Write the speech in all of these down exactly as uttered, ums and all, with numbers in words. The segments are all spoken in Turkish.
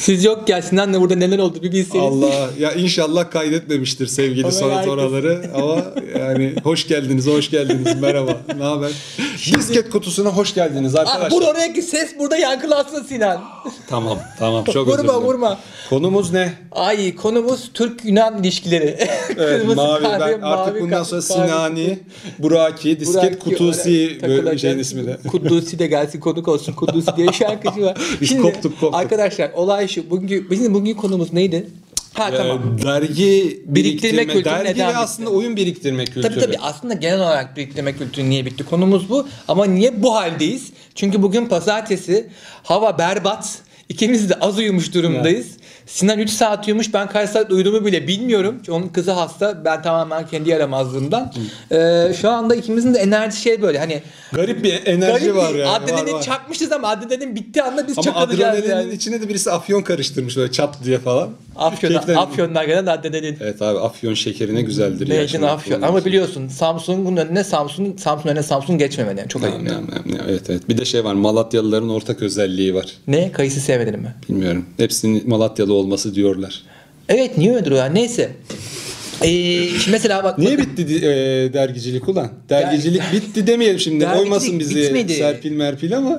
Siz yok ya Sinan'la burada neler oldu bir bilseniz. Allah ya inşallah kaydetmemiştir sevgili Ama sanat herkes- oraları ama yani hoş geldiniz hoş geldiniz merhaba ne haber? Disket kutusuna hoş geldiniz Aa, arkadaşlar. vur oraya ki ses burada yankılansın Sinan. Tamam tamam çok özür Vurma dilerim. vurma. Konumuz ne? Ay konumuz Türk-Yunan ilişkileri. Evet, Kırmızı mavi kahve, ben artık mavi bundan kahve, sonra kahve. Sinani, Buraki, Disket Burak Kutusi oraya takılacak. şeyin ismi de. Kuddusi de gelsin konuk olsun. Kuddusi diye şarkıcı var. Biz koptuk, koptuk. Arkadaşlar olay şu. Bugün, bizim bugün konumuz neydi? Ha Ee, tamam. dergi biriktirme, kültürü dergi neden ve bitti? aslında oyun biriktirme kültürü. Tabii tabii aslında genel olarak biriktirme kültürü niye bitti konumuz bu. Ama niye bu haldeyiz? Çünkü bugün pazartesi hava berbat. İkimiz de az uyumuş durumdayız. Sinan üç saat uyumuş. Ben kaç saat uyuduğumu bile bilmiyorum. Çünkü onun kızı hasta. Ben tamamen kendi yaramazlığımdan. Ee, şu anda ikimizin de enerji şey böyle hani Garip bir enerji garip var bir yani. adrenalin var, var. çakmışız ama adrenalin bitti anda biz Ama çakılacağız adrenalinin yani. içine de birisi afyon karıştırmış böyle çat diye falan. Afyon, Keyiflen- Afyon'dan gelen adrenalin. Evet abi afyon şekerine güzeldir. ya Meydan şimdi. Afyon. Ama biliyorsun Samsun'un önüne Samsun, Samsun önüne Samsun geçmemeli. Yani. Çok ayıp. Tamam, tamam, tamam. Evet evet. Bir de şey var Malatyalıların ortak özelliği var. Ne? Kayısı sevmedin mi? Bilmiyorum. Hepsinin Malatyalı olması diyorlar. Evet niye öyledir o ya? Neyse. Ee, şimdi mesela bak. Niye bakın. bitti di- e, dergicilik ulan? Dergicilik bitti demeyelim şimdi. Dergicilik Oymasın bizi bitmedi. serpil merpil ama.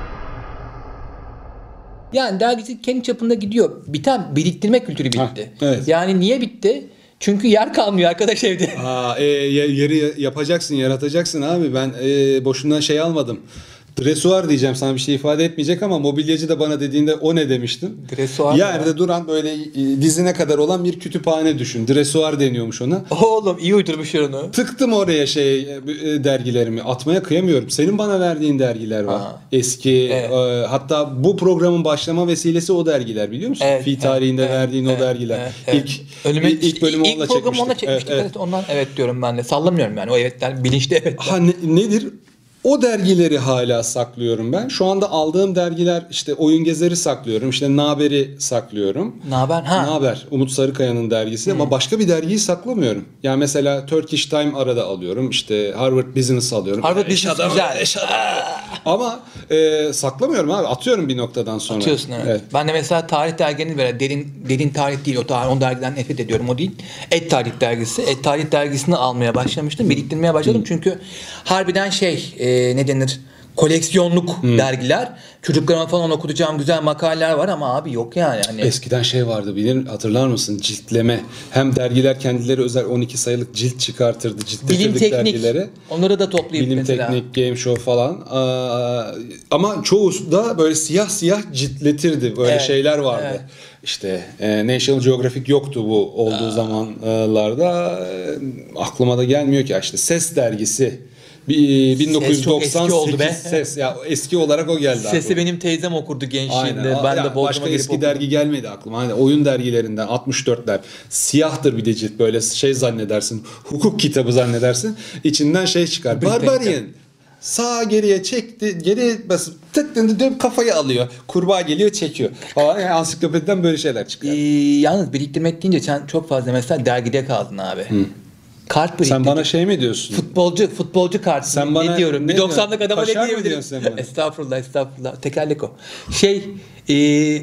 Yani dergicilik kendi çapında gidiyor. Biten biriktirme kültürü bitti. Ha, evet. Yani niye bitti? Çünkü yer kalmıyor arkadaş evde. Aa, e, ye- yeri yapacaksın, yaratacaksın abi. Ben e, boşuna şey almadım. Dresuar diyeceğim sana bir şey ifade etmeyecek ama mobilyacı da bana dediğinde o ne demiştin? Dresuar Yerde ya. duran böyle e, dizine kadar olan bir kütüphane düşün. Dresuar deniyormuş ona. Oğlum iyi uydurmuşlar onu. Tıktım oraya şey e, e, dergilerimi. Atmaya kıyamıyorum. Senin bana verdiğin dergiler var. Ha. Eski Evet. e, hatta bu programın başlama vesilesi o dergiler biliyor musun? Evet, Fi evet, tarihinde evet, verdiğin evet, o dergiler. evet, evet. İlk Önüme, ilk, ilk bölümü ilk onunla programı çekmiştik. onunla çekmiştik. Evet, Evet, evet. ondan evet diyorum ben de. Sallamıyorum yani. O evetten bilinçli evet. Ha ne- nedir? O dergileri hala saklıyorum ben. Şu anda aldığım dergiler işte Oyun Gezer'i saklıyorum. İşte Naber'i saklıyorum. Naber? Ha. Naber? Umut Sarıkaya'nın dergisi ama başka bir dergiyi saklamıyorum. Yani mesela Turkish Time arada alıyorum. İşte Harvard Business alıyorum. Harvard Eş Business adamı, güzel. eş adamı. Ama e, saklamıyorum abi. Atıyorum bir noktadan sonra. Atıyorsun evet. Ben de mesela tarih dergini böyle derin derin tarih değil o tarih o dergiden nefret ediyorum o değil. Et Tarih dergisi. Et Tarih dergisini almaya başlamıştım. Biriktirmeye başladım çünkü harbiden şey e, ne denir? Koleksiyonluk dergiler. Çocuklarıma falan okutacağım güzel makaleler var ama abi yok yani. Hani Eskiden şey vardı bilir hatırlar mısın? Ciltleme. Hem dergiler kendileri özel on iki sayılık cilt çıkartırdı. bilim Ciltletirdik teknik. dergileri. Onları da toplayıp Bilim mesela. teknik, game show falan. Aa, ama çoğu da böyle siyah siyah ciltletirdi. Böyle Evet, şeyler vardı. evet. İşte e, National Geographic yoktu bu olduğu Aa. zamanlarda. E, aklıma da gelmiyor ki işte Ses dergisi. Bir- bin dokuz yüz doksan sekiz çok eski oldu be. Ses ya eski olarak o geldi. Sesi aklıma. benim teyzem okurdu gençliğinde. Aynen. Ben Ya de Bodrum'a başka girip eski okudum. dergi gelmedi aklıma. Hani oyun dergilerinden altmış dörtler. Siyahtır bir de cilt böyle şey zannedersin. Hukuk kitabı zannedersin. İçinden şey çıkar. Britannica. Barbarian. Sağa geriye çekti. Geri basıp tık tık tık kafayı alıyor. Kurbağa geliyor çekiyor. Falan. Yani ansiklopediden böyle şeyler çıkıyor. Ee, yalnız biriktirmek deyince sen çok fazla mesela dergide kaldın abi. Kart biriktirdik. Sen bana şey mi diyorsun? Futbolcu, futbolcu kartı. Sen bana ne diyorum? ne Bir doksanlık diyorsun? adama ne Kaşar mı diyebilirim? diyorsun sen bana? Estağfurullah, estağfurullah. Tekerlek o. Şey, ee,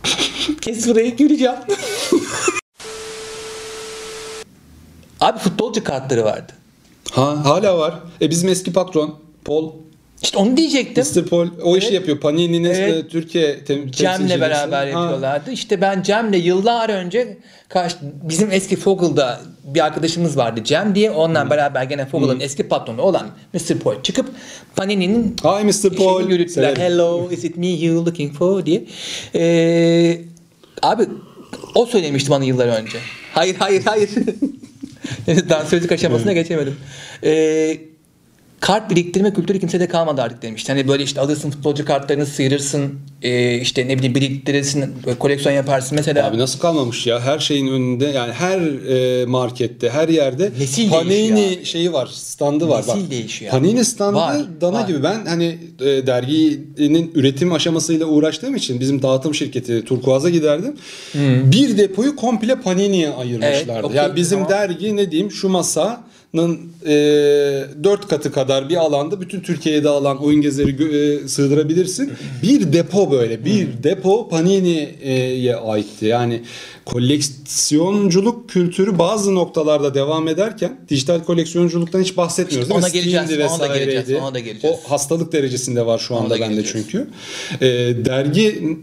kes burayı güleceğim. Abi futbolcu kartları vardı. Ha, hala var. E bizim eski patron Paul İşte onu diyecektim. mister Paul o işi Evet. yapıyor. Panini'nin Evet. e, Türkiye tem- temsilcisi. Cem'le beraber Ha. yapıyorlardı. İşte ben Cem'le yıllar önce karşı, bizim eski Fogel'da bir arkadaşımız vardı Cem diye. Onunla Hmm. beraber gene Fogel'ın eski patronu olan mister Paul çıkıp Panini'nin Hi mister Paul. şeyini yürüttüler. Severim. Hello, is it me you looking for diye. Ee, abi o söylemişti bana yıllar önce. Hayır hayır hayır. Dansözlük aşamasına geçemedim. Ee, kart biriktirme kültürü kimsede kalmadı artık demişti. Hani böyle işte alırsın futbolcu kartlarını sıyırırsın, e, işte ne bileyim biriktirirsin, koleksiyon yaparsın mesela. Abi nasıl kalmamış ya? Her şeyin önünde yani her e, markette, her yerde Nesil Panini değişiyor şeyi var, standı var. Nesil Bak. değişiyor. Panini standı Var, dana var. gibi. Ben hani e, derginin üretim aşamasıyla uğraştığım için bizim dağıtım şirketi Turkuaz'a giderdim. Bir depoyu komple Panini'ye ayırmışlardı. Evet, okey, ya bizim tamam. dergi ne diyeyim şu masanın e, dört katı kadar bir alanda bütün Türkiye'ye dağılan oyun gezeri gö- e, sığdırabilirsin. Bir depo depo böyle. Bir hmm. depo Panini'ye aitti. Yani koleksiyonculuk kültürü bazı noktalarda devam ederken dijital koleksiyonculuktan hiç bahsetmiyoruz. İşte ona geleceğiz, ona da geleceğiz, ona da geleceğiz. O hastalık derecesinde var şu anda bende çünkü. Ee, dergi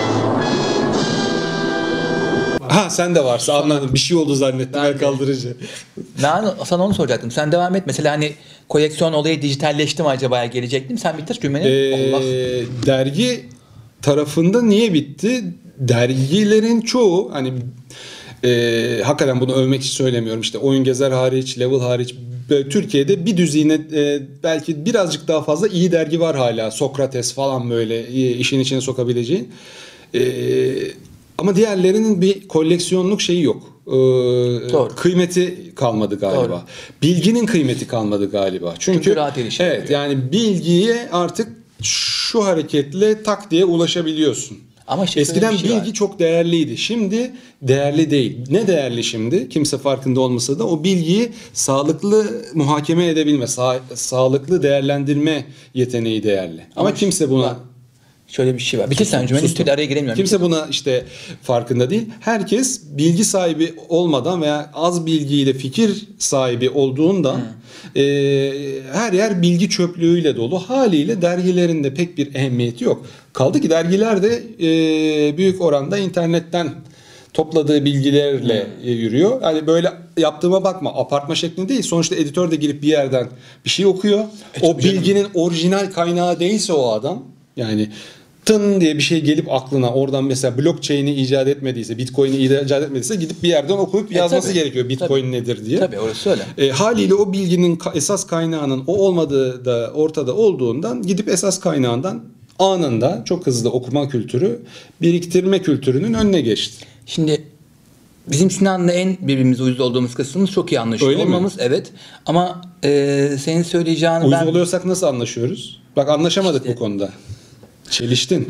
Ha sen de varsa anladım. Bir şey oldu zannettim ben kaldırıcı. Ben sana onu soracaktım. Sen devam et. Mesela hani koleksiyon olayı dijitalleşti mi acaba gelecektim. Sen bitir cümleni. Ee, Allah. Dergi tarafında niye bitti? Dergilerin çoğu hani e, hakikaten bunu övmek için söylemiyorum. İşte Oyun Gezer hariç, Level hariç Türkiye'de bir düzine e, belki birazcık daha fazla iyi dergi var hala. Sokrates falan böyle işin içine sokabileceğin. Eee Ama diğerlerinin bir koleksiyonluk şeyi yok. Ee, Doğru. Kıymeti kalmadı galiba. Doğru. Bilginin kıymeti kalmadı galiba. Çünkü, Çünkü rahat erişim. Evet, yani bilgiye artık şu hareketle tak diye ulaşabiliyorsun. Ama işte eskiden şey bilgi var. Çok değerliydi. Şimdi değerli değil. Ne değerli şimdi? Kimse farkında olmasa da o bilgiyi sağlıklı muhakeme edebilme, sağ, sağlıklı değerlendirme yeteneği değerli. Ama, Ama kimse buna... Var. Şöyle bir şey var. Bitir sen cümleni üstüne araya giremiyorum. Kimse buna işte farkında değil. Herkes bilgi sahibi olmadan veya az bilgiyle fikir sahibi olduğundan hmm. e, her yer bilgi çöplüğüyle dolu. Haliyle dergilerinde pek bir ehemmiyeti yok. Kaldı ki dergiler de e, büyük oranda internetten topladığı bilgilerle hmm. yürüyor. Yani böyle yaptığıma bakma. Apartma şeklinde değil. Sonuçta editör de girip bir yerden bir şey okuyor. E, o bilginin canım. Orijinal kaynağı değilse o adam yani tın diye bir şey gelip aklına oradan mesela blockchain'i icat etmediyse, Bitcoin'i icat etmediyse gidip bir yerden okuyup yazması e, tabii, gerekiyor Bitcoin tabii, nedir diye. Tabii orası öyle. E, haliyle o bilginin esas kaynağının o olmadığı da ortada olduğundan gidip esas kaynağından anında çok hızlı okuma kültürü, biriktirme kültürünün önüne geçti. Şimdi bizim Sinan'la en birbirimize uyuz olduğumuz kısmımız çok iyi anlaşıyor Öyle olmamız. Mi? Evet. Ama e, senin söyleyeceğini uyuz ben... Uyuz oluyorsak nasıl anlaşıyoruz? Bak anlaşamadık işte. Bu konuda. Çeliştin.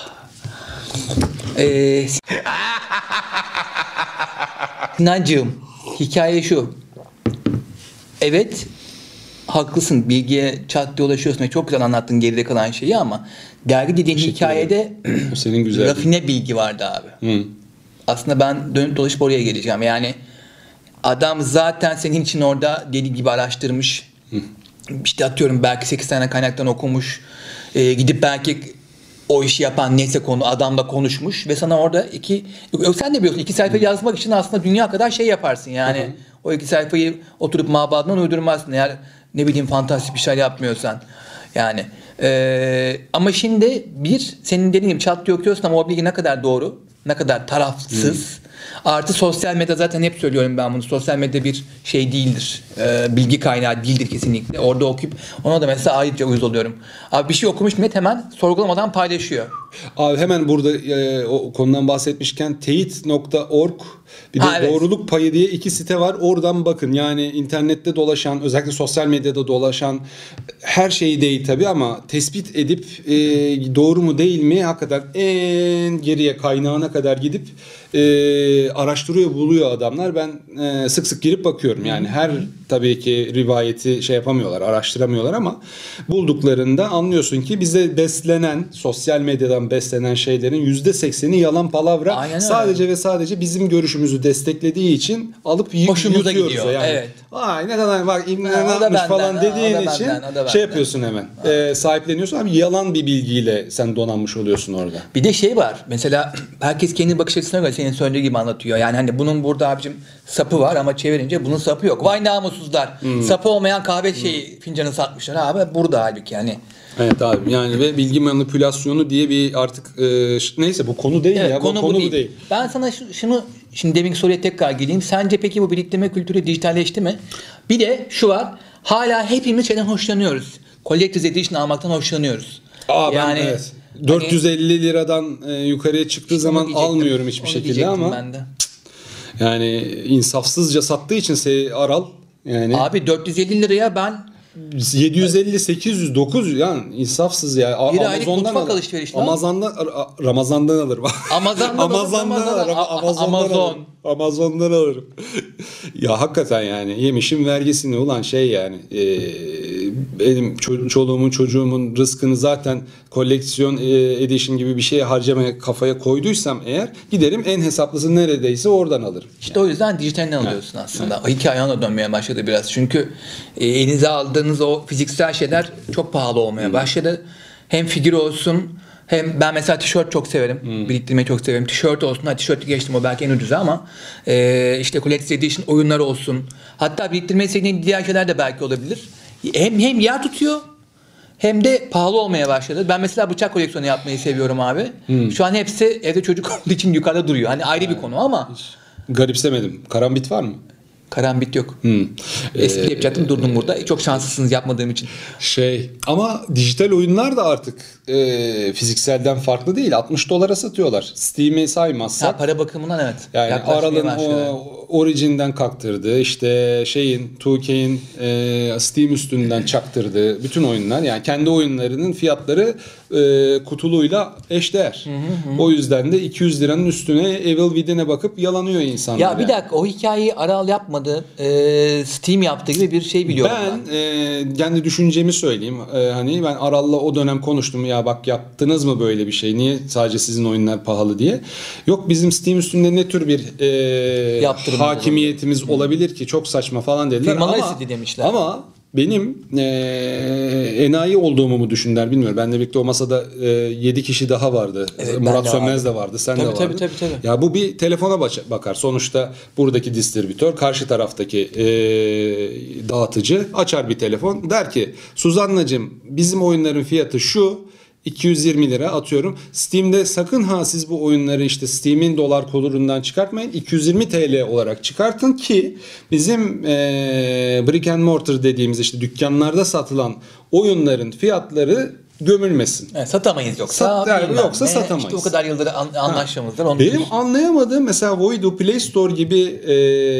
Ee, Sinancığım, hikaye şu. Evet, haklısın. Bilgiye çat diye ulaşıyorsun ve çok güzel anlattın geride kalan şeyi ama dergi dediğin hikayede senin güzel rafine bilgi vardı abi. Hı. Aslında ben dönüp dolaşıp oraya geleceğim. Yani adam zaten senin için orada deli gibi araştırmış. Hı. İşte atıyorum belki sekiz tane kaynaktan okumuş. Ee, gidip belki o işi yapan neyse konu adamla konuşmuş ve sana orada iki sen de biliyorsun iki sayfa yazmak için aslında dünya kadar şey yaparsın yani. Hı hı. O iki sayfayı oturup mabadından uydurmazsın eğer ne bileyim fantastik bir şey yapmıyorsan. Yani ee, ama şimdi bir senin dediğin gibi çat diye okuyorsun ama o bilgi ne kadar doğru, ne kadar tarafsız. Hı. Artı sosyal medya zaten hep söylüyorum ben bunu. Sosyal medya bir şey değildir. Ee, bilgi kaynağı değildir kesinlikle. Orada okuyup ona da mesela ayrıca uyuz oluyorum. Abi bir şey okumuş millet hemen sorgulamadan paylaşıyor. Abi hemen burada e, o konudan bahsetmişken teyit nokta org bir de ha, evet. Doğruluk Payı diye iki site var. Oradan bakın. Yani internette dolaşan, özellikle sosyal medyada dolaşan her şeyi değil tabii ama tespit edip e, doğru mu değil mi hakikaten en geriye kaynağına kadar gidip e, araştırıyor, buluyor adamlar. Ben e, sık sık girip bakıyorum. Yani her tabii ki rivayeti şey yapamıyorlar, araştıramıyorlar ama bulduklarında anlıyorsun ki bize beslenen, sosyal medyadan beslenen şeylerin yüzde sekseni yalan palavra. Aynen sadece öyle. Ve sadece bizim görüşümüzü desteklediği için alıp hoşumuza yutuyoruz. Gidiyor. Yani. Evet. Ay ne kadar bak ne yapmış falan dediğin ha, için benden, şey yapıyorsun hemen. E, sahipleniyorsun abi yalan bir bilgiyle sen donanmış oluyorsun orada. Bir de şey var. Mesela herkes kendi bakış açısına göre senin söylediğin gibi anlatıyor. Yani hani bunun burada abicim sapı var ama çevirince bunun sapı yok. Vay namussuzlar. Hmm. Sapı olmayan kahve şeyi hmm. fincanı satmışlar abi. Burada halbuki yani. Evet abi yani ve bilgi manipülasyonu diye bir artık e, neyse bu konu değil evet, ya. Konu bu konu bu değil. değil. Ben sana şu, şunu şimdi deminki soruya tekrar geleyim. Sence peki bu biriktirme kültürü dijitalleşti mi? Bir de şu var. Hala hepimiz şeyden hoşlanıyoruz. Collector's Edition almaktan hoşlanıyoruz. Aa, yani ben, evet. dört yüz elli hani, liradan e, yukarıya çıktığı işte zaman almıyorum hiçbir şekilde ama ben de. Yani insafsızca sattığı için se Aral yani. Abi dört yüz elli liraya ben yedi yüz elli, sekiz yüz, dokuz yüz yani insafsız ya. Bir Amazon'dan alır. Amazon'dan Ramazan'dan alırım. Amazon'dan Amazon'dan alırım. Amazon'dan alırım. Amazon'dan alırım. Ya hakikaten yani yemişim vergisini ulan şey yani. E, benim ço- çoluğumun çocuğumun rızkını zaten koleksiyon e, edition gibi bir şeye harcamaya kafaya koyduysam eğer giderim en hesaplısı neredeyse oradan alırım. İşte o yüzden dijitalini alıyorsun aslında. O hikaye ona dönmeye başladı biraz. Çünkü e, elinize aldığınız o fiziksel şeyler çok pahalı olmaya başladı. Hem figür olsun hem ben mesela tişört çok severim. Hmm. Biriktirmeyi çok severim. Tişört olsun. Hadi tişörtü geçtim o belki en ucuzu ama e, işte Collector's Edition oyunlar olsun. Hatta biriktirmeyi istediğin diğer şeyler de belki olabilir. Hem hem yer tutuyor hem de pahalı olmaya başladı. Ben mesela bıçak koleksiyonu yapmayı seviyorum abi. Hmm. Şu an hepsi evde çocuk olduğu için yukarıda duruyor. Hani ayrı yani, bir konu ama. Hiç garipsemedim. Karambit var mı? Karambit yok. Hmm. Espri ee, yapacaktım durdum burada. Çok şanslısınız yapmadığım için. Şey ama dijital oyunlar da artık e, fizikselden farklı değil. altmış dolara satıyorlar. Steam'i saymazsak. Ha, para bakımından evet. Yani Aral'ın o Origin'den kaktırdığı işte şeyin iki K'in e, Steam üstünden çaktırdığı bütün oyunlar yani kendi oyunlarının fiyatları e, kutuluyla eşdeğer. Hı hı hı. O yüzden de iki yüz liranın üstüne Evil Within'e bakıp yalanıyor insanlar. Ya bir yani. dakika o hikayeyi Aral yapmadı. E, Steam yaptığı gibi bir şey biliyorum ben. Ben e, kendi düşüncemi söyleyeyim. E, hani ben Aral'la o dönem konuştum ya bak yaptınız mı böyle bir şey? Niye sadece sizin oyunlar pahalı diye. Yok bizim Steam üstünde ne tür bir e, hakimiyetimiz olur. olabilir ki çok saçma falan dediler. Firmalar ama, istedi demişler. Ama benim e, enayi olduğumu mu düşündüler bilmiyorum. Benle birlikte o masada e, yedi kişi daha vardı. Evet, Murat de Sönmez de vardı. Sen tabii, de vardın. Tabii, tabii, tabii. Ya bu bir telefona bakar. Sonuçta buradaki distribütör karşı taraftaki e, dağıtıcı açar bir telefon. Der ki Suzannacığım bizim oyunların fiyatı şu. iki yüz yirmi lira atıyorum. Steam'de sakın ha siz bu oyunları işte Steam'in dolar kodurundan çıkartmayın. iki yüz yirmi TL olarak çıkartın ki bizim ee, brick and mortar dediğimiz işte dükkanlarda satılan oyunların fiyatları gömülmesin. Evet, satamayız yoksa. Sat, yani yoksa ne? Satamayız. İşte o kadar yıldır an, anlaşmamızdır. Benim diyorsun. Anlayamadığım mesela Voodoo Play Store gibi e,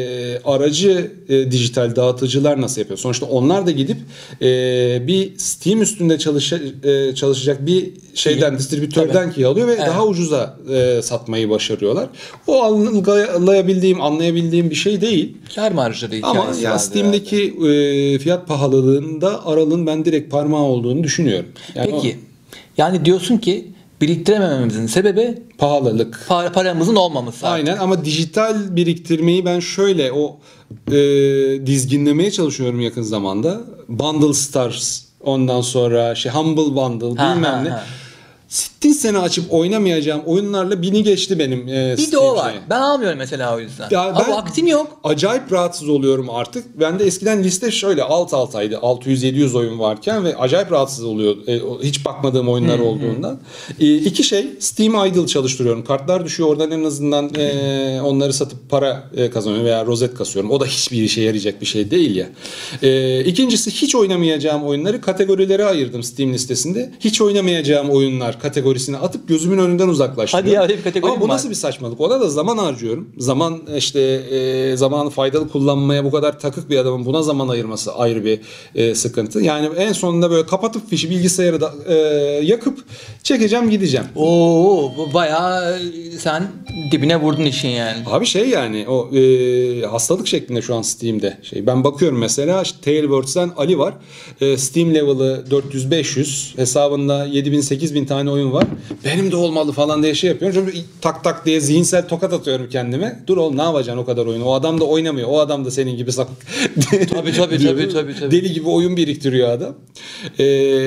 aracı e, dijital dağıtıcılar nasıl yapıyor? Sonuçta onlar da gidip e, bir Steam üstünde çalış, e, çalışacak bir şeyden ki, distribütörden ki alıyor ve evet. daha ucuza e, satmayı başarıyorlar. O anlayabildiğim, anlayabildiğim bir şey değil. Kâr marjları hikayesi. Ama yani Steam'deki e, fiyat pahalılığında Aral'ın ben direkt parmağı olduğunu düşünüyorum. Yani peki. O, yani diyorsun ki biriktiremememizin sebebi pahalılık. Para, paramızın olmaması. Aynen artık. Ama dijital biriktirmeyi ben şöyle o e, dizginlemeye çalışıyorum yakın zamanda. Bundle Stars, ondan sonra şey Humble Bundle ha, bilmem ha, ne. Ha. Sittin sene açıp oynamayacağım oyunlarla bini geçti benim. E, bir de o var. Şey. Ben almıyorum mesela o yüzden. Ya ama vaktim yok. Acayip rahatsız oluyorum artık. Ben de eskiden liste şöyle alt altaydı. altı yüz yedi yüz oyun varken ve acayip rahatsız oluyor. E, hiç bakmadığım oyunlar hmm, olduğundan. Hmm. E, iki şey Steam Idle çalıştırıyorum. Kartlar düşüyor. Oradan en azından e, onları satıp para e, kazanıyorum veya rozet kasıyorum. O da hiçbir işe yarayacak bir şey değil ya. E, ikincisi hiç oynamayacağım oyunları kategorilere ayırdım Steam listesinde. Hiç oynamayacağım oyunlar kategorisine atıp gözümün önünden uzaklaştırıyorum. Hadi ya bir kategori ama bu var. Nasıl bir saçmalık? Ona da zaman harcıyorum. Zaman işte e, zamanı faydalı kullanmaya bu kadar takık bir adamın buna zaman ayırması ayrı bir e, sıkıntı. Yani en sonunda böyle kapatıp fişi bilgisayarı da e, yakıp çekeceğim gideceğim. Oo bu bayağı sen dibine vurdun işin yani. Abi şey yani o e, hastalık şeklinde şu an Steam'de. Şey ben bakıyorum mesela işte Tailwords'ten Ali var. E, Steam level'ı dört yüz beş yüz hesabında yedi bin sekiz bin tane oyun var. Benim de olmalı falan diye şey yapıyorum. Çünkü tak tak diye zihinsel tokat atıyorum kendime. Dur oğlum ne yapacaksın o kadar oyunu? O adam da oynamıyor. O adam da senin gibi sak tabii tabii tabii, tabii tabii. Deli gibi oyun biriktiriyor adam. Ee,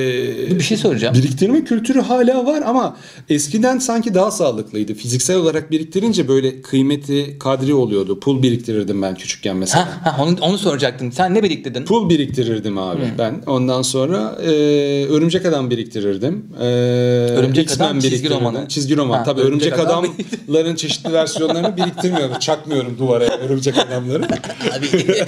bir şey soracağım. Biriktirme kültürü hala var ama eskiden sanki daha sağlıklıydı. Fiziksel olarak biriktirince böyle kıymeti kadri oluyordu. Pul biriktirirdim ben küçükken mesela. Ha, ha, onu, onu soracaktım. Sen ne biriktirdin? Pul biriktirirdim abi hmm. ben. Ondan sonra e, Örümcek Adam biriktirirdim. E, Örümcek Adam çizgi romanı. Çizgi roman. Ha, tabii Örümcek, Örümcek Adam Adamların çeşitli versiyonlarını biriktirmiyorum. Çakmıyorum duvara Örümcek Adamları. Abi.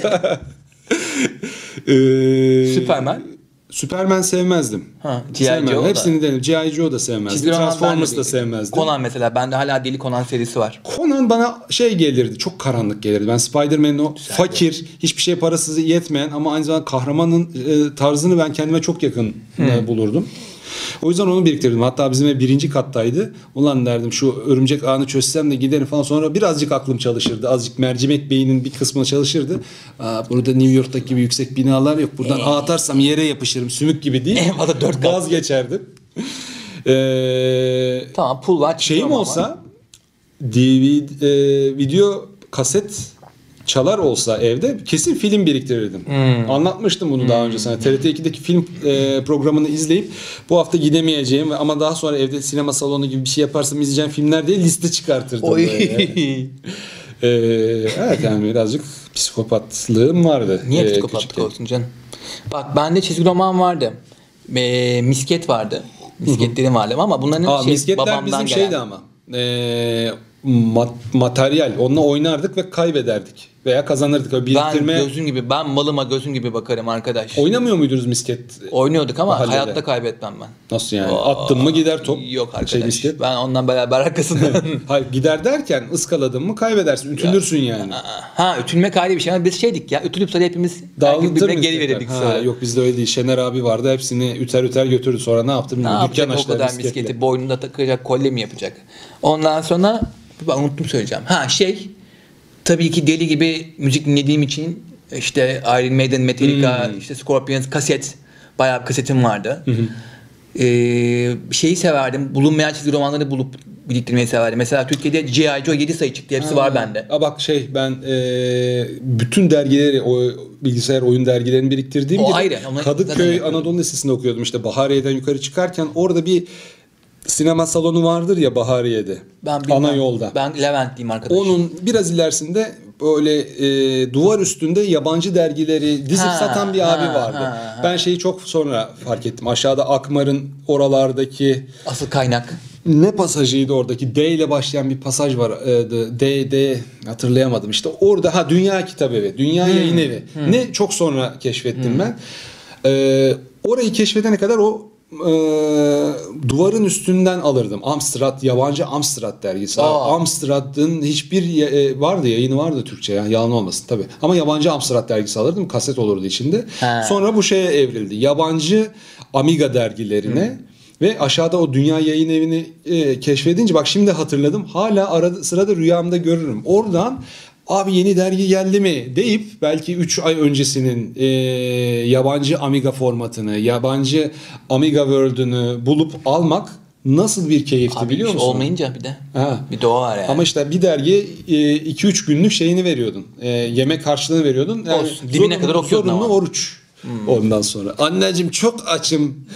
ee, Superman. Superman sevmezdim. Ha, G I. Joe hepsini denedim. G I. Joe da sevmezdim. Transformers da sevmezdim. Conan mesela. Bende hala Deli Conan serisi var. Conan bana şey gelirdi. Çok karanlık gelirdi. Ben Spider-Man'in o güzel fakir, de. hiçbir şey parasız yetmeyen ama aynı zamanda kahramanın e, tarzını ben kendime çok yakın hmm. bulurdum. O yüzden onu biriktirdim. Hatta bizim ev birinci kattaydı. Ulan derdim şu örümcek ağını çözsem de giderim falan. Sonra birazcık aklım çalışırdı. Azıcık mercimek beynin bir kısmı çalışırdı. Aa, burada New York'taki gibi yüksek binalar yok. Buradan ağ atarsam yere yapışırım sümük gibi değil. Eyvallah, dört kat. Vazgeçerdim. Ee, Tamam, pul var. şeyim ama. olsa D V D, e, video kaset çalar olsa evde kesin film biriktirirdim. Hmm. Anlatmıştım bunu hmm. daha önce sana. T R T ikideki film e, programını izleyip bu hafta gidemeyeceğim ama daha sonra evde sinema salonu gibi bir şey yaparsam izleyeceğim filmler diye liste çıkartırdım. Oy. Böyle. ee, evet yani birazcık psikopatlığım vardı. Niye e, psikopatlık küçükken. olsun canım? Bak bende çizgi roman vardı. E, misket vardı. Misketlerim vardı ama bunların Aa, şey, misketler babamdan bizim gelen. şeydi ama. E, mat, materyal. Onunla oynardık ve kaybederdik. Veya kazanırdık. Öyle biriktirme... Ben gözüm gibi, ben malıma gözüm gibi bakarım arkadaş. Oynamıyor muydunuz misket? Oynuyorduk ama mahallede? hayatta kaybetmem ben. Nasıl yani? Oo, Attın mı gider top. Yok arkadaş. Şey, misket. Ben ondan beraber arkasından. Hayır, gider derken ıskaladın mı kaybedersin. Ütülürsün yani. Ha, ütülmek ayrı bir şey ama biz şeydik ya, ütülüp sonra hepimiz herkes Dağıltır birbirine mı geri misketler? verirdik Ha, sonra. yok bizde öyle değil. Şener abi vardı. Hepsini üter üter götürdü. Sonra ne yaptı Ne bilmiyorum. yapacak Dükkan o açtılar kadar misketle. misketi, boynunda takacak, kolye mi yapacak? Ondan sonra ben unuttum söyleyeceğim. Ha şey, tabii ki deli gibi müzik dinlediğim için işte Iron Maiden, Metallica, Hmm. işte Scorpions, kaset, bayağı bir kasetim vardı. Hı hı. Ee, şeyi severdim, bulunmayan çizgi romanları bulup biriktirmeyi severdim. Mesela Türkiye'de G I. Joe yedi sayı çıktı, hepsi Ha. var bende. Aa, bak şey ben e, bütün dergileri o bilgisayar oyun dergilerini biriktirdiğim O gibi ayrı, onu zaten Kadıköy yapıyorum. Anadolu Lisesi'nde okuyordum işte Bahariye'den yukarı çıkarken orada bir sinema salonu vardır ya Bahariye'de. Ben bilmem. Ana yolda. Ben Leventliyim arkadaş. Onun biraz ilerisinde böyle e, duvar üstünde yabancı dergileri dizip Ha, satan bir ha, abi vardı. ha, ha. Ben şeyi çok sonra fark ettim. Aşağıda Akmar'ın oralardaki Asıl kaynak. ne pasajıydı oradaki? D ile başlayan bir pasaj var. Ee, D, D hatırlayamadım. İşte orada ha Dünya Kitabevi, Dünya Hmm. Yayın Evi. Hmm. Ne çok sonra keşfettim ben. Ee, orayı keşfedene kadar o e, duvarın üstünden alırdım. Amstrad, yabancı Amstrad dergisi. Aa. Amstrad'ın hiçbir ya- e, vardı, yayını vardı Türkçe ya. Yalan olmasın tabii. Ama yabancı Amstrad dergisi alırdım. Kaset olurdu içinde. Ha. Sonra bu şeye evrildi. Yabancı Amiga dergilerine Hmm. ve aşağıda o Dünya Yayın Evi'ni e, keşfedince bak şimdi hatırladım. Hala arada sırada rüyamda görürüm. Oradan abi yeni dergi geldi mi deyip belki üç ay öncesinin e, yabancı Amiga formatını, yabancı Amiga World'ünü bulup almak nasıl bir keyifti Abi biliyor bir şey musun? olmayınca bir de. Ha. Bir doğa var yani. Ama işte bir dergi iki üç günlük şeyini veriyordun. E, yemek karşılığını veriyordun. Yani Olsun, dibine kadar okuyordun zorunlu ama. oruç. Ondan sonra anneciğim çok açım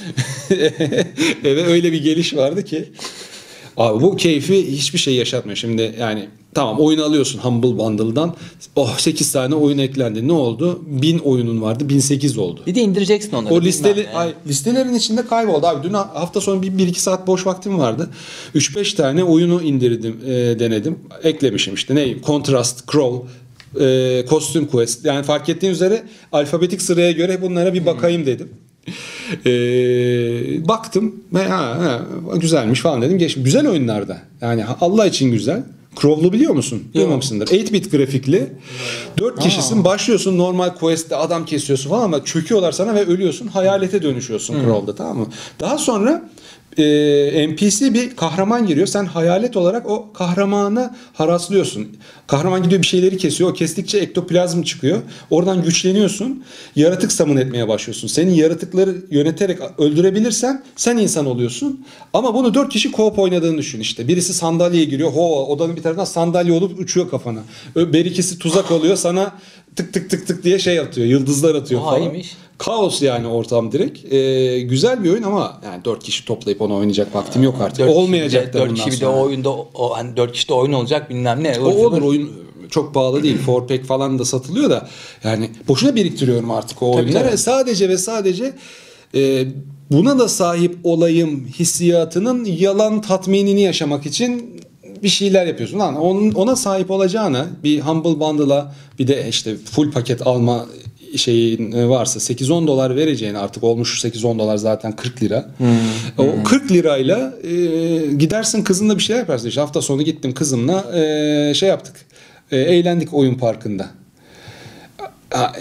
eve öyle bir geliş vardı ki abi bu keyfi hiçbir şey yaşatmıyor şimdi yani tamam oyun alıyorsun Humble Bundle'dan oh sekiz tane oyun eklendi ne oldu bin oyunun vardı bin sekiz oldu. Bir de indireceksin onları. O listeli, bilmem ne. ay, listelerin içinde kayboldu abi. Dün hafta sonu bir, bir iki saat boş vaktim vardı. üç beş tane oyunu indirdim, e, denedim. Eklemişim işte ne? Contrast, Crow, e, Costume Quest. Yani fark ettiğin üzere alfabetik sıraya göre bunlara bir bakayım dedim. E, baktım ve ha, ha, güzelmiş falan dedim. Geçtim. Güzel oyunlarda. Yani Allah için güzel. Crow'lu biliyor musun? Duymamışsındır. sekiz bit grafikli. dört kişisin. Başlıyorsun normal quest'te adam kesiyorsun falan ama çöküyorlar sana ve ölüyorsun. Hayalete dönüşüyorsun hmm. Crow'da, tamam mı? Daha sonra e, N P C bir kahraman giriyor. Sen hayalet olarak o kahramanı haraslıyorsun. Kahraman gidiyor bir şeyleri kesiyor. O kestikçe ektoplazm çıkıyor. Oradan güçleniyorsun. Yaratık summon etmeye başlıyorsun. Senin yaratıkları yöneterek öldürebilirsen sen insan oluyorsun. Ama bunu dört kişi co-op oynadığını düşün işte. Birisi sandalyeye giriyor. Ho odanın bir tarafından sandalye olup uçuyor kafana. Bir ikisi tuzak oluyor. Sana tık tık tık tık diye şey atıyor. Yıldızlar atıyor Oha, falan. iyiymiş. Kaos yani ortam direkt. Ee, güzel bir oyun ama yani dört kişi toplayıp onu oynayacak vaktim yok artık. Dört Olmayacak kişi da bir de, bundan dört kişi bir de sonra. o oyunda o hani dört kişi de oyun olacak bilmem ne. O olur oyun çok pahalı değil. four pack falan da satılıyor da yani boşuna biriktiriyorum artık o Tabii, oyunları. tabii. Sadece ve sadece e, buna da sahip olayım hissiyatının yalan tatminini yaşamak için bir şeyler yapıyorsun. Lan onun, ona sahip olacağına bir Humble Bundle'a bir de işte full paket alma şeyin varsa sekiz on dolar vereceğini artık olmuş sekiz on dolar zaten kırk lira. Hmm. O kırk lirayla e, gidersin kızınla bir şeyler yaparsın. İşte hafta sonu gittim kızımla e, şey yaptık. E, eğlendik oyun parkında.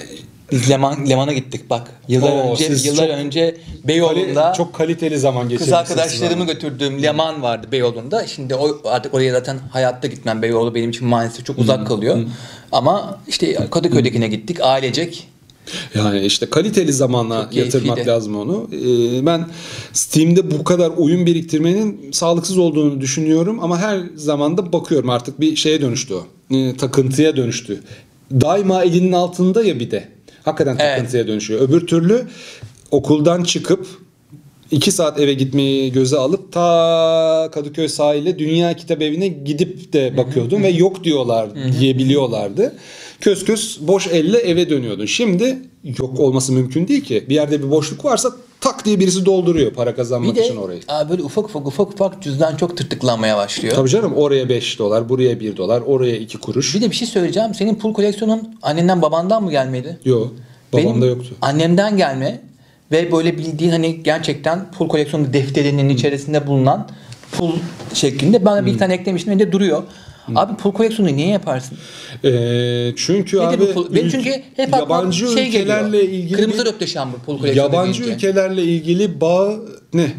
Biz Leman, Leman'a gittik bak. Yıllar Oo, önce siz yıllar çok önce Beyoğlu'nda Kali- çok kaliteli zaman kız geçirmişsiniz. arkadaşlarımı ama. götürdüğüm Leman vardı Beyoğlu'nda. Şimdi o artık oraya zaten hayatta gitmem. Beyoğlu benim için maalesef çok uzak kalıyor. Ama işte Kadıköy'dekine gittik ailecek. Yani işte kaliteli zamana Çok yatırmak keyifliydi. lazım onu. Ee, ben Steam'de bu kadar oyun biriktirmenin sağlıksız olduğunu düşünüyorum ama her zaman da bakıyorum artık bir şeye dönüştü o. Ee, takıntıya dönüştü. Daima elinin altında ya bir de. Hakikaten Evet. takıntıya dönüşüyor. Öbür türlü okuldan çıkıp iki saat eve gitmeyi göze alıp ta Kadıköy sahile Dünya Kitap Evi'ne gidip de bakıyordum ve yok diyorlar diyebiliyorlardı. Kös kös boş elle eve dönüyordun. Şimdi yok olması mümkün değil ki. Bir yerde bir boşluk varsa tak diye birisi dolduruyor para Bir kazanmak de için orayı. aa, böyle ufak ufak ufak ufak cüzdan çok tırtıklanmaya başlıyor. Tabii canım, oraya beş dolar, buraya bir dolar, oraya iki kuruş. Bir de bir şey söyleyeceğim. Senin pul koleksiyonun annenden babandan mı gelmedi? Yok, babamda Benim yoktu. annemden gelme ve böyle bildiğin hani gerçekten pul koleksiyonu defterinin içerisinde bulunan pul şeklinde bana bir tane eklemiştim ve de duruyor. Abi pul koleksiyonu niye yaparsın? Ee, çünkü Nedir abi bu pul? Benim ülke- çünkü hep aklıma yabancı şey ülkelerle geliyor. ilgili Kırmızı bir- röpteşan bu pul koleksiyonu yabancı deyince. ülkelerle ilgili bağ ne?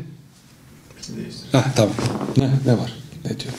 Heh, tamam. Ne ne var? Ne diyor?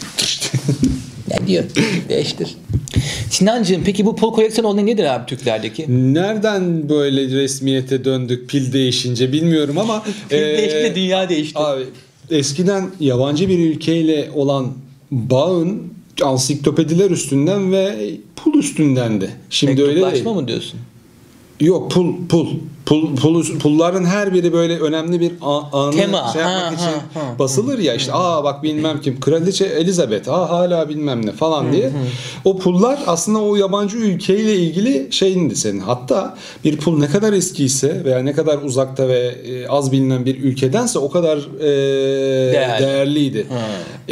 Ne diyor? Değiştir. Sinancığım peki bu pul koleksiyonu olayı nedir abi Türklerdeki? Nereden böyle resmiyete döndük pil değişince bilmiyorum ama Pil eee, değişti, dünya değişti. Abi eskiden yabancı bir ülkeyle olan bağın ansiklopediler üstünden ve pul üstündendi. Şimdi öyle değil. Mektuplaşma mı diyorsun? Yok, pul pul pul pul pulların her biri böyle önemli bir a- anı Tema. şey yapmak Ha, için ha, ha. basılır ya işte, aa bak bilmem kim Kraliçe Elizabeth, aa hala bilmem ne falan diye. O pullar aslında o yabancı ülkeyle ilgili şeyindi senin. Hatta bir pul ne kadar eskiyse veya ne kadar uzakta ve e, az bilinen bir ülkedense o kadar e, Değerli. değerliydi. Ha. E,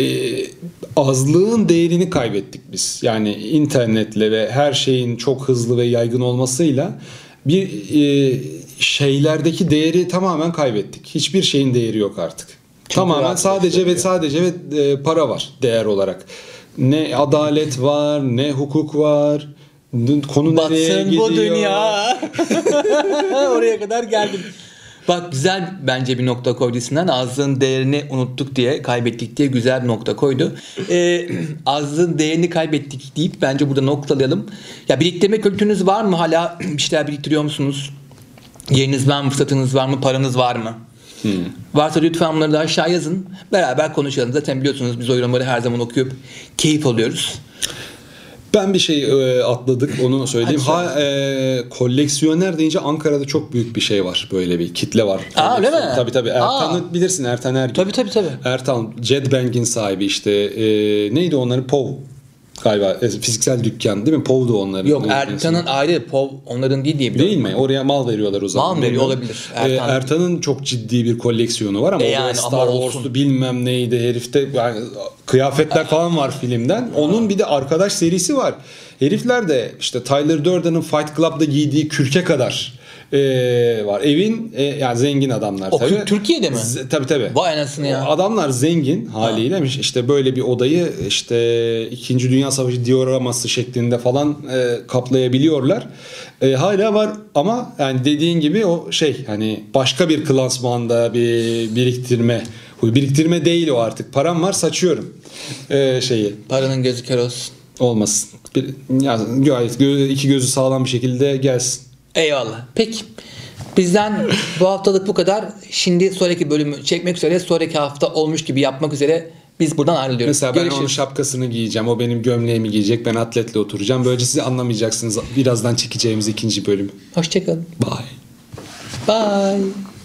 azlığın değerini kaybettik biz. Yani internetle ve her şeyin çok hızlı ve yaygın olmasıyla bir e, şeylerdeki değeri tamamen kaybettik. Hiçbir şeyin değeri yok artık. tamamen rahat sadece ve gösteriyor. sadece ve e, para var değer olarak. Ne adalet var, ne hukuk var. Konu nereye Batsın gidiyor? bu dünya. Oraya kadar geldim. Bak güzel bence bir nokta koydu Sinan. Azlığın değerini unuttuk diye, kaybettik diye güzel bir nokta koydu. Ee, azlığın değerini kaybettik deyip bence burada noktalayalım. Ya biriktirme kültürünüz var mı? Hala bir şeyler biriktiriyor musunuz? Yeriniz var mı? Fırsatınız var mı? Paranız var mı? Hmm. Varsa lütfen bunları da aşağı yazın. Beraber konuşalım. Zaten biliyorsunuz biz o yorumları her zaman okuyup keyif alıyoruz. Ben bir şey e, atladık, onu söyleyeyim. Hadi Ha, e, koleksiyoner deyince Ankara'da çok büyük bir şey var. Böyle bir kitle var. Aa, öyle mi? Tabii tabii. Ertan'ı Aa. bilirsin, Ertan Ergin. Tabii tabii tabii. Ertan, Jedbank'in sahibi işte. E, neydi onların? Pov galiba. E, fiziksel dükkan değil mi? Pov'du onların. Yok Neydi? Ertan'ın ayrı, Pov onların değil diye biliyorum. Değil mi? Oraya mal veriyorlar o zaman. Mal mı veriyor? Bilmiyorum. Olabilir. Ertan. Ertan. Ertan'ın çok ciddi bir koleksiyonu var ama E o yani böyle ama Star olsun. Wars'tu bilmem neydi herifte, yani kıyafetler falan var filmden. Onun bir de arkadaş serisi var. Herifler de işte Tyler Durden'ın Fight Club'da giydiği kürke kadar e, var. Evin e, yani zengin adamlar O tabii. kürk Türkiye'de mi? Z- tabii tabii. Vay anasını ya. O adamlar zengin haliyle işte böyle bir odayı işte İkinci Dünya Savaşı dioraması şeklinde falan e, kaplayabiliyorlar. E, hala var ama yani dediğin gibi o şey, hani başka bir klasmanda bir biriktirme. Biriktirme değil o artık. Param var, saçıyorum e, şeyi. Paranın gözü kör olsun. Olmasın. Bir, ya, gayet gö- iki gözü sağlam bir şekilde gelsin. Eyvallah. Peki. Bizden bu haftalık bu kadar. Şimdi sonraki bölümü çekmek üzere, sonraki hafta olmuş gibi yapmak üzere biz buradan ayrılıyoruz. Mesela ben Görüşürüz. onun şapkasını giyeceğim. O benim gömleğimi giyecek. Ben atletle oturacağım. Böylece siz anlamayacaksınız birazdan çekeceğimiz ikinci bölüm. Hoşçakalın. Bye. Bye.